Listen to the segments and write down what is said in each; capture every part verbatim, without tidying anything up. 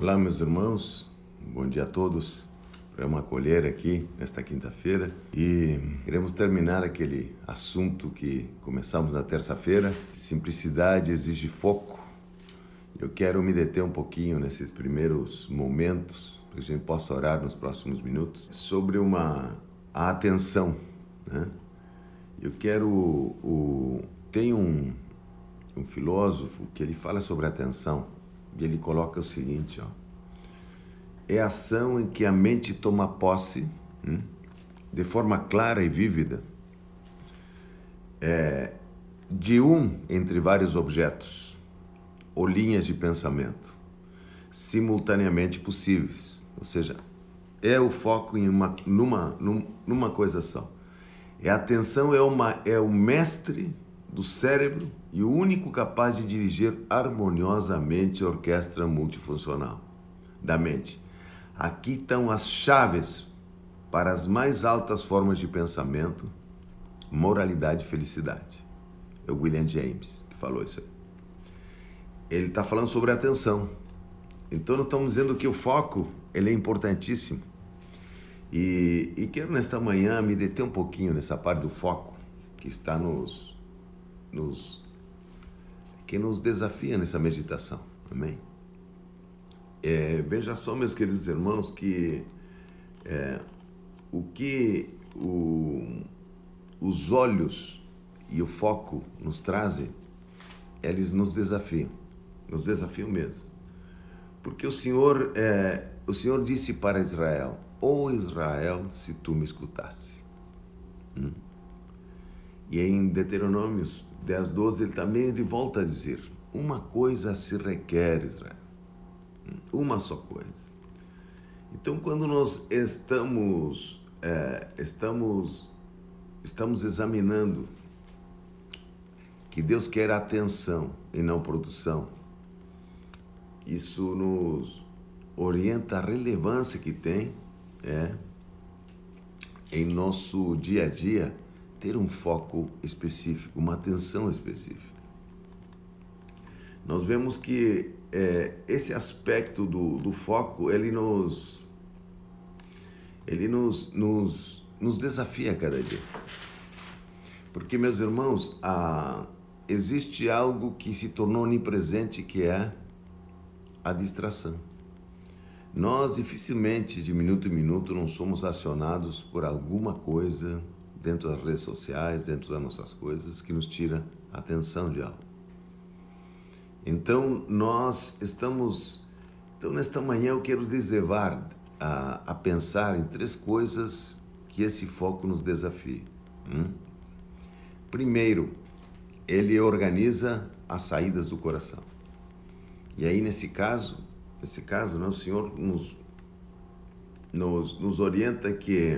Olá, meus irmãos, bom dia a todos. Vamos acolher aqui nesta quinta-feira e queremos terminar aquele assunto que começamos na terça-feira. Simplicidade exige foco. Eu quero me deter um pouquinho nesses primeiros momentos, para que a gente possa orar nos próximos minutos, sobre uma a atenção, né? Eu quero... O, tem um, um filósofo que ele fala sobre a atenção e ele coloca o seguinte, ó. É a ação em que a mente toma posse, hum, de forma clara e vívida, é, de um entre vários objetos ou linhas de pensamento simultaneamente possíveis. Ou seja, é o foco em uma, numa, numa coisa só. É a atenção é, uma, é o mestre do cérebro e o único capaz de dirigir harmoniosamente a orquestra multifuncional da mente. Aqui estão as chaves para as mais altas formas de pensamento, moralidade e felicidade. É o William James que falou isso aí. Ele está falando sobre a atenção. Então, nós estamos dizendo que o foco ele é importantíssimo. E, e quero nesta manhã me deter um pouquinho nessa parte do foco que está nos, nos que nos desafia nessa meditação. Amém? É, veja só, meus queridos irmãos, que é, o que o, os olhos e o foco nos trazem, eles nos desafiam, nos desafiam mesmo. Porque o Senhor, é, o Senhor disse para Israel, ó Israel, se tu me escutasse. Hum? E em Deuteronômio dez, doze, ele também ele volta a dizer, uma coisa se requer, Israel. Uma só coisa. Então, quando nós estamos, é, estamos, estamos examinando que Deus quer atenção e não produção, isso nos orienta a relevância que tem é, em nosso dia a dia ter um foco específico, uma atenção específica. Nós vemos que é, esse aspecto do, do foco, ele nos, ele nos, nos, nos desafia a cada dia. Porque, meus irmãos, a, existe algo que se tornou onipresente, que é a distração. Nós, dificilmente, de minuto em minuto, não somos acionados por alguma coisa dentro das redes sociais, dentro das nossas coisas, que nos tira a atenção de algo. Então, nós estamos... Então, nesta manhã, eu quero lhes levar a, a pensar em três coisas que esse foco nos desafia. Hum? Primeiro, ele organiza as saídas do coração. E aí, nesse caso, nesse caso, né, o Senhor nos, nos, nos orienta que,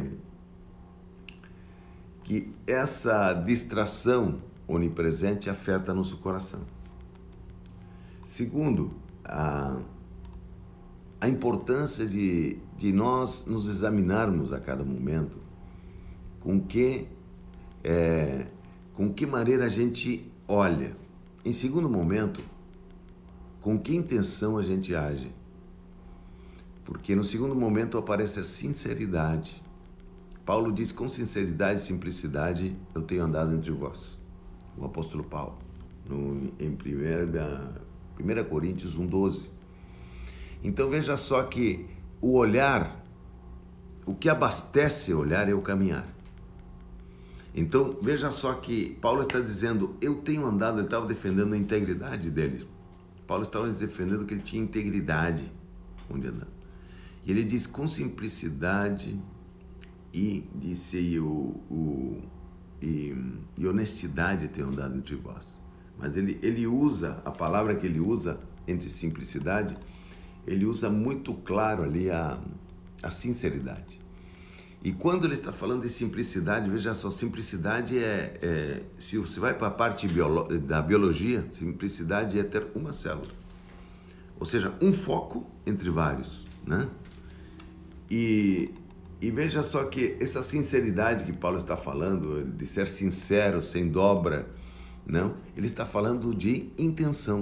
que essa distração onipresente afeta nosso coração. Segundo, a, a importância de, de nós nos examinarmos a cada momento com que, é, com que maneira a gente olha. Em segundo momento, com que intenção a gente age. Porque no segundo momento aparece a sinceridade. Paulo diz, com sinceridade e simplicidade eu tenho andado entre vós. O apóstolo Paulo, no, em primeira... primeira Coríntios um, doze. Então veja só que o olhar, o que abastece o olhar é o caminhar. Então veja só que Paulo está dizendo, eu tenho andado, ele estava defendendo a integridade dele. Paulo estava defendendo que ele tinha integridade onde andava. E ele diz com simplicidade e disse aí, o, o, e, e honestidade tenho andado entre vós. Mas ele, ele usa, a palavra que ele usa entre simplicidade, ele usa muito claro ali a, a sinceridade. E quando ele está falando de simplicidade, veja só, simplicidade é, é se você vai para a parte biolo, da biologia, simplicidade é ter uma célula. Ou seja, um foco entre vários, né? E, e veja só que essa sinceridade que Paulo está falando, de ser sincero, sem dobra, não, ele está falando de intenção.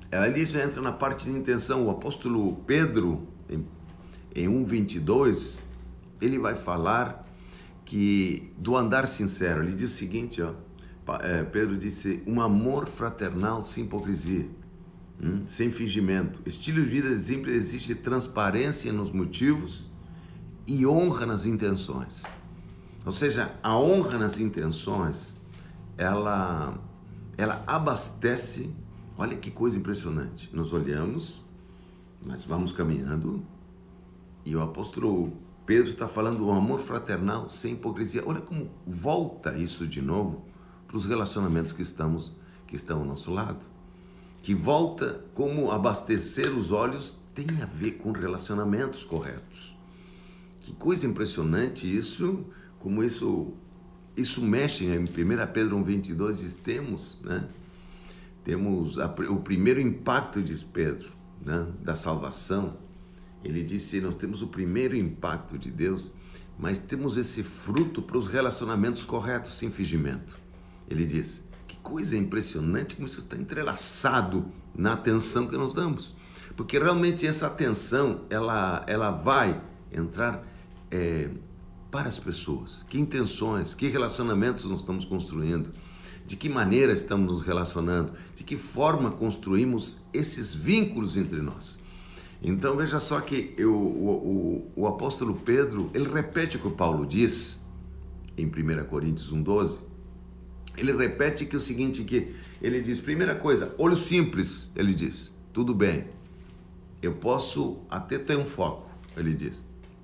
ali já entra na parte de intenção. O apóstolo Pedro, em, em um, vinte e dois, ele vai falar que do andar sincero. Ele diz o seguinte, ó, Pedro disse, um amor fraternal sem hipocrisia, hum, sem fingimento. Estilo de vida simples, existe transparência nos motivos e honra nas intenções. Ou seja, a honra nas intenções, ela, ela abastece. Olha que coisa impressionante. Nós olhamos, mas vamos caminhando, e o apóstolo Pedro está falando do amor fraternal sem hipocrisia. Olha como volta isso de novo para os relacionamentos que, estamos, que estão ao nosso lado. Que volta como abastecer os olhos tem a ver com relacionamentos corretos. Que coisa impressionante isso, como isso, isso mexe, né? Em primeira Pedro um, vinte e dois diz, temos, né? Temos a, o primeiro impacto, diz Pedro, né? Da salvação. Ele disse, nós temos o primeiro impacto de Deus, mas temos esse fruto para os relacionamentos corretos, sem fingimento. Ele diz, que coisa impressionante como isso está entrelaçado na atenção que nós damos. Porque realmente essa atenção, ela, ela vai entrar é, para as pessoas. Que intenções, que relacionamentos nós estamos construindo, de que maneira estamos nos relacionando, de que forma construímos esses vínculos entre nós. Então veja só que eu, o, o, o apóstolo Pedro, ele repete o que o Paulo diz em primeira Coríntios um, doze. Ele repete que o seguinte, que ele diz, primeira coisa, olho simples, ele diz, tudo bem, eu posso até ter um foco, ele diz.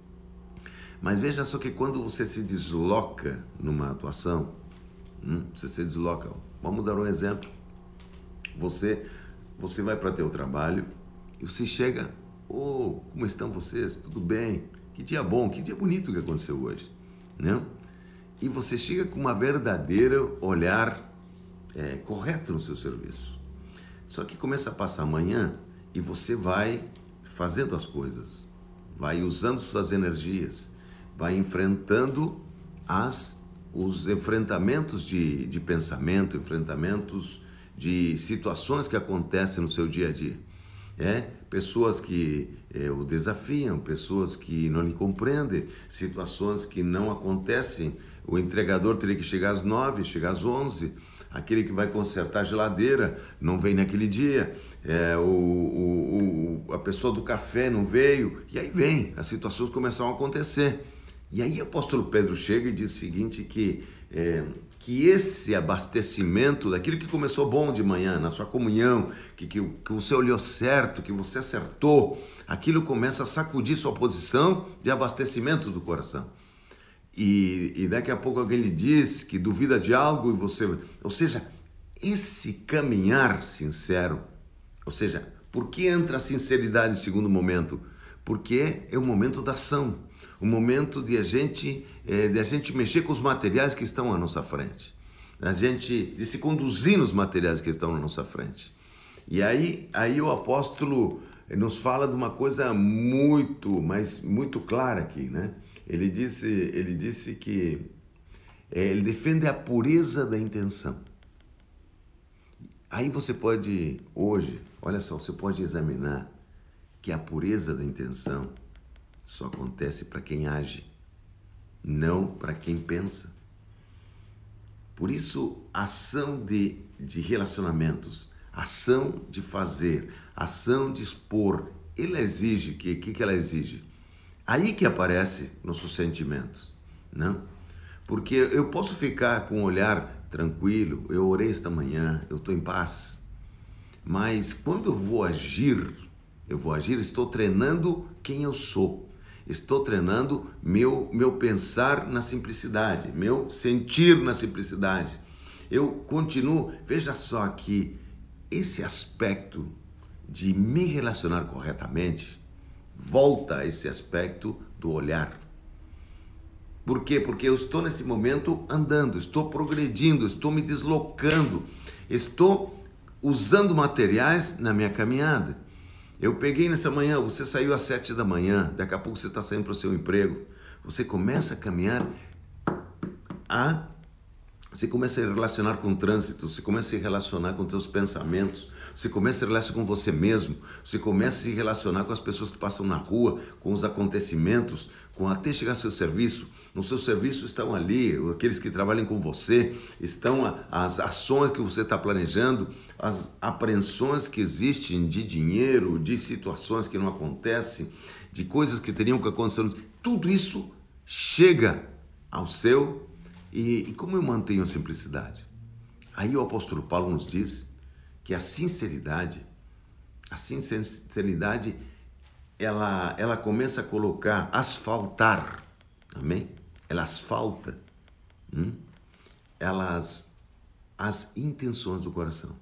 Mas veja só que quando você se desloca numa atuação, hum, você se desloca, vamos dar um exemplo, você, você vai para teu trabalho e você chega, oh, como estão vocês? Tudo bem? Que dia bom, que dia bonito que aconteceu hoje, né? E você chega com uma verdadeira olhar é, correto no seu serviço. Só que começa a passar amanhã e você vai fazendo as coisas, vai usando suas energias, vai enfrentando as, os enfrentamentos de, de pensamento, enfrentamentos de situações que acontecem no seu dia a dia. É, pessoas que é, o desafiam, pessoas que não lhe compreendem, situações que não acontecem. O entregador teria que chegar às nove, chegar às onze. Aquele que vai consertar a geladeira não vem naquele dia. É, o, o, o, a pessoa do café não veio. E aí vem, as situações começam a acontecer. E aí o apóstolo Pedro chega e diz o seguinte, que, é, que esse abastecimento daquilo que começou bom de manhã, na sua comunhão, que, que, que você olhou certo, que você acertou, aquilo começa a sacudir sua posição de abastecimento do coração. E, e daqui a pouco alguém lhe diz que duvida de algo e você... Ou seja, esse caminhar sincero, ou seja, por que entra a sinceridade em segundo momento? Porque é o momento da ação, o momento de a gente, é, de a gente mexer com os materiais que estão à nossa frente, a gente, de se conduzir nos materiais que estão à nossa frente. E aí, aí o apóstolo nos fala de uma coisa muito, mas muito clara aqui, né? Ele disse, ele disse que é, ele defende a pureza da intenção. Aí você pode, hoje, olha só, você pode examinar que a pureza da intenção só acontece para quem age, não para quem pensa. Por isso, ação de, de relacionamentos, ação de fazer, ação de expor, ela exige, o que, que, que ela exige? Aí que aparece nossos sentimentos, não? Porque eu posso ficar com um olhar tranquilo, eu orei esta manhã, eu estou em paz, mas quando eu vou agir, eu vou agir, estou treinando quem eu sou, estou treinando meu, meu pensar na simplicidade, meu sentir na simplicidade. Eu continuo, veja só que esse aspecto de me relacionar corretamente, volta a esse aspecto do olhar. Por quê? Porque eu estou nesse momento andando, estou progredindo, estou me deslocando, estou usando materiais na minha caminhada. Eu peguei nessa manhã, você saiu às sete da manhã, daqui a pouco você está saindo para o seu emprego, você começa a caminhar a Você começa a se relacionar com o trânsito, você começa a se relacionar com os seus pensamentos, você começa a se relacionar com você mesmo, você começa a se relacionar com as pessoas que passam na rua, com os acontecimentos, com até chegar ao seu serviço. No seu serviço estão ali aqueles que trabalham com você, estão as ações que você está planejando, as apreensões que existem de dinheiro, de situações que não acontecem, de coisas que teriam que acontecer. Tudo isso chega ao seu. E, e como eu mantenho a simplicidade? Aí o apóstolo Paulo nos diz que a sinceridade, a sinceridade, ela, ela começa a colocar, asfaltar, amém? Ela asfalta, hum? Elas, as intenções do coração.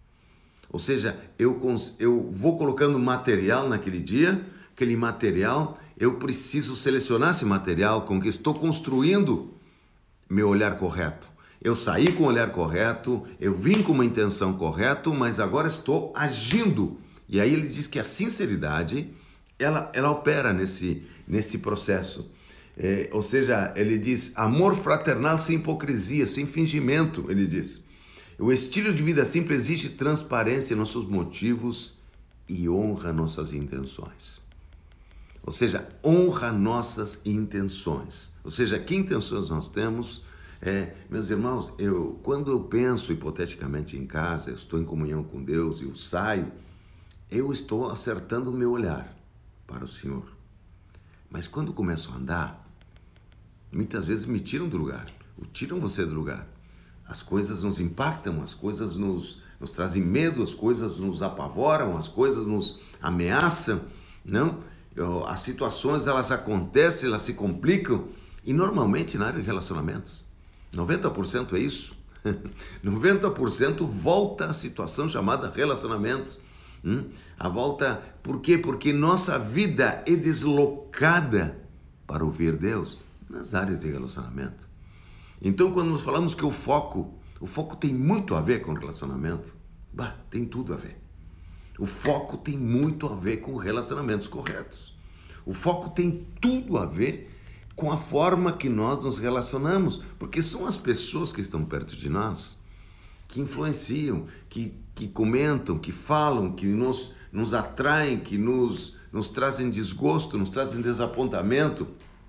Ou seja, eu, eu vou colocando material naquele dia, aquele material, eu preciso selecionar esse material com que estou construindo meu olhar correto. Eu saí com o olhar correto, eu vim com uma intenção correta, mas agora estou agindo. E aí ele diz que a sinceridade, ela, ela opera nesse, nesse processo. É, ou seja, ele diz, amor fraternal sem hipocrisia, sem fingimento, ele diz. O estilo de vida simples exige transparência em nossos motivos e honra nossas intenções. Ou seja, honra nossas intenções. Ou seja, que intenções nós temos? É, meus irmãos, eu, quando eu penso hipoteticamente em casa, eu estou em comunhão com Deus e eu saio, eu estou acertando o meu olhar para o Senhor. Mas quando começo a andar, muitas vezes me tiram do lugar, tiram você do lugar. As coisas nos impactam, as coisas nos, nos trazem medo, as coisas nos apavoram, as coisas nos ameaçam, não? As situações, elas acontecem, elas se complicam, e normalmente na área de relacionamentos, noventa por cento é isso, noventa por cento volta à situação chamada relacionamentos, hum? A volta, por quê? Porque nossa vida é deslocada para ouvir Deus nas áreas de relacionamento. Então, quando nós falamos que o foco, o foco tem muito a ver com relacionamento, bah, tem tudo a ver. O foco tem muito a ver com relacionamentos corretos. O foco tem tudo a ver com a forma que nós nos relacionamos, porque são as pessoas que estão perto de nós que influenciam, que, que comentam, que falam, que nos, nos atraem, que nos, nos trazem desgosto, nos trazem desapontamento.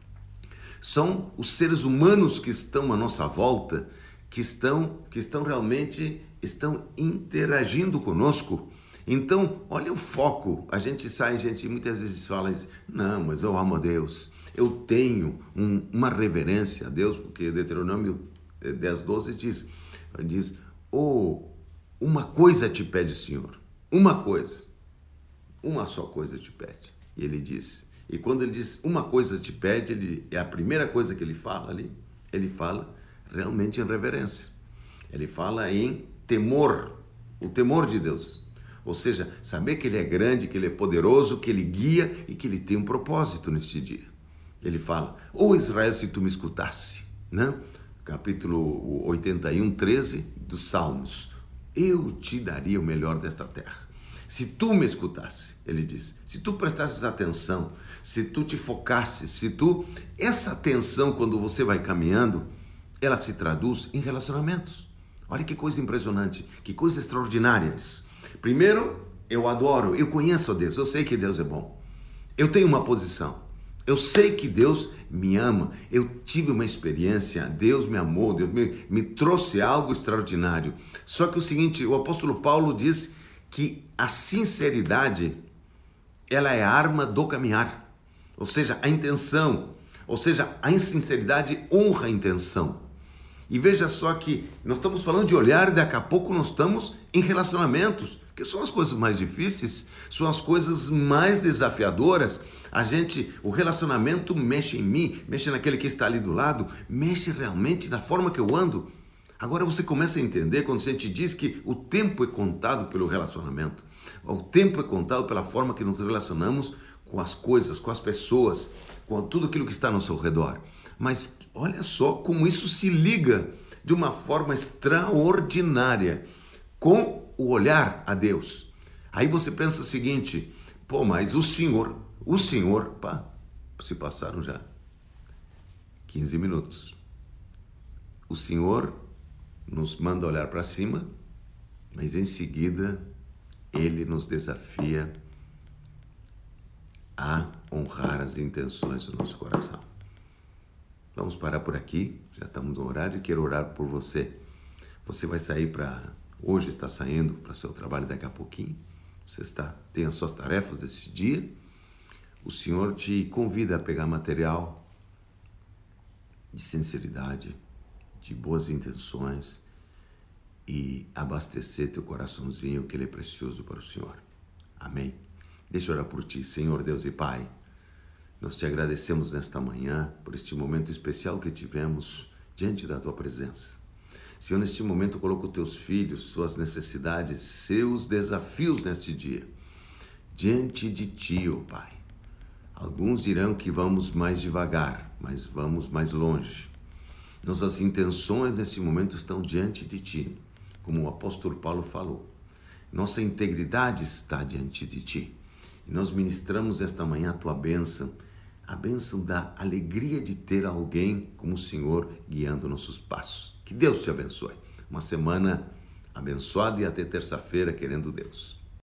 São os seres humanos que estão à nossa volta, que estão, que estão realmente estão interagindo conosco. Então, olha o foco. A gente sai, a gente muitas vezes fala isso, não, mas eu amo a Deus. Eu tenho um, uma reverência a Deus, porque Deuteronômio dez, doze diz, diz, oh, uma coisa te pede, Senhor, uma coisa, uma só coisa te pede. E ele diz, e quando ele diz uma coisa te pede, ele, é a primeira coisa que ele fala ali, ele fala realmente em reverência. Ele fala em temor, o temor de Deus. Ou seja, saber que Ele é grande, que Ele é poderoso, que Ele guia e que Ele tem um propósito neste dia. Ele fala, ô oh, Israel, se tu me escutasse, né? Capítulo oitenta e um, treze dos Salmos, eu te daria o melhor desta terra. Se tu me escutasse, ele diz, se tu prestasses atenção, se tu te focasses, se tu... Essa atenção, quando você vai caminhando, ela se traduz em relacionamentos. Olha que coisa impressionante, que coisa extraordinária isso. Primeiro, eu adoro, eu conheço a Deus, eu sei que Deus é bom. Eu tenho uma posição, eu sei que Deus me ama, eu tive uma experiência, Deus me amou, Deus me, me trouxe algo extraordinário. Só que o seguinte, o apóstolo Paulo diz que a sinceridade, ela é a arma do caminhar. Ou seja, a intenção, ou seja, a insinceridade honra a intenção. E veja só que nós estamos falando de olhar e daqui a pouco nós estamos em relacionamentos, que são as coisas mais difíceis, são as coisas mais desafiadoras. A gente, o relacionamento mexe em mim, mexe naquele que está ali do lado, mexe realmente na forma que eu ando. Agora você começa a entender quando a gente diz que o tempo é contado pelo relacionamento. O tempo é contado pela forma que nos relacionamos com as coisas, com as pessoas, com tudo aquilo que está ao seu redor. Mas olha só como isso se liga de uma forma extraordinária com o olhar a Deus. Aí você pensa o seguinte, pô, mas o Senhor, o Senhor, pá, se passaram já quinze minutos. O Senhor nos manda olhar para cima, mas em seguida Ele nos desafia a honrar as intenções do nosso coração. Vamos parar por aqui, já estamos no horário e quero orar por você. Você vai sair para... Hoje está saindo para o seu trabalho daqui a pouquinho. Você está, tem as suas tarefas desse dia. O Senhor te convida a pegar material de sinceridade, de boas intenções e abastecer teu coraçãozinho, que ele é precioso para o Senhor. Amém? Deixa eu orar por ti, Senhor Deus e Pai. Nós te agradecemos nesta manhã por este momento especial que tivemos diante da tua presença. Senhor, neste momento coloco teus filhos, suas necessidades, seus desafios neste dia, diante de ti, ó Pai. Alguns dirão que vamos mais devagar, mas vamos mais longe. Nossas intenções neste momento estão diante de ti, como o apóstolo Paulo falou. Nossa integridade está diante de ti. E nós ministramos esta manhã a tua bênção, a bênção da alegria de ter alguém como o Senhor guiando nossos passos. Que Deus te abençoe. Uma semana abençoada e até terça-feira, querendo Deus.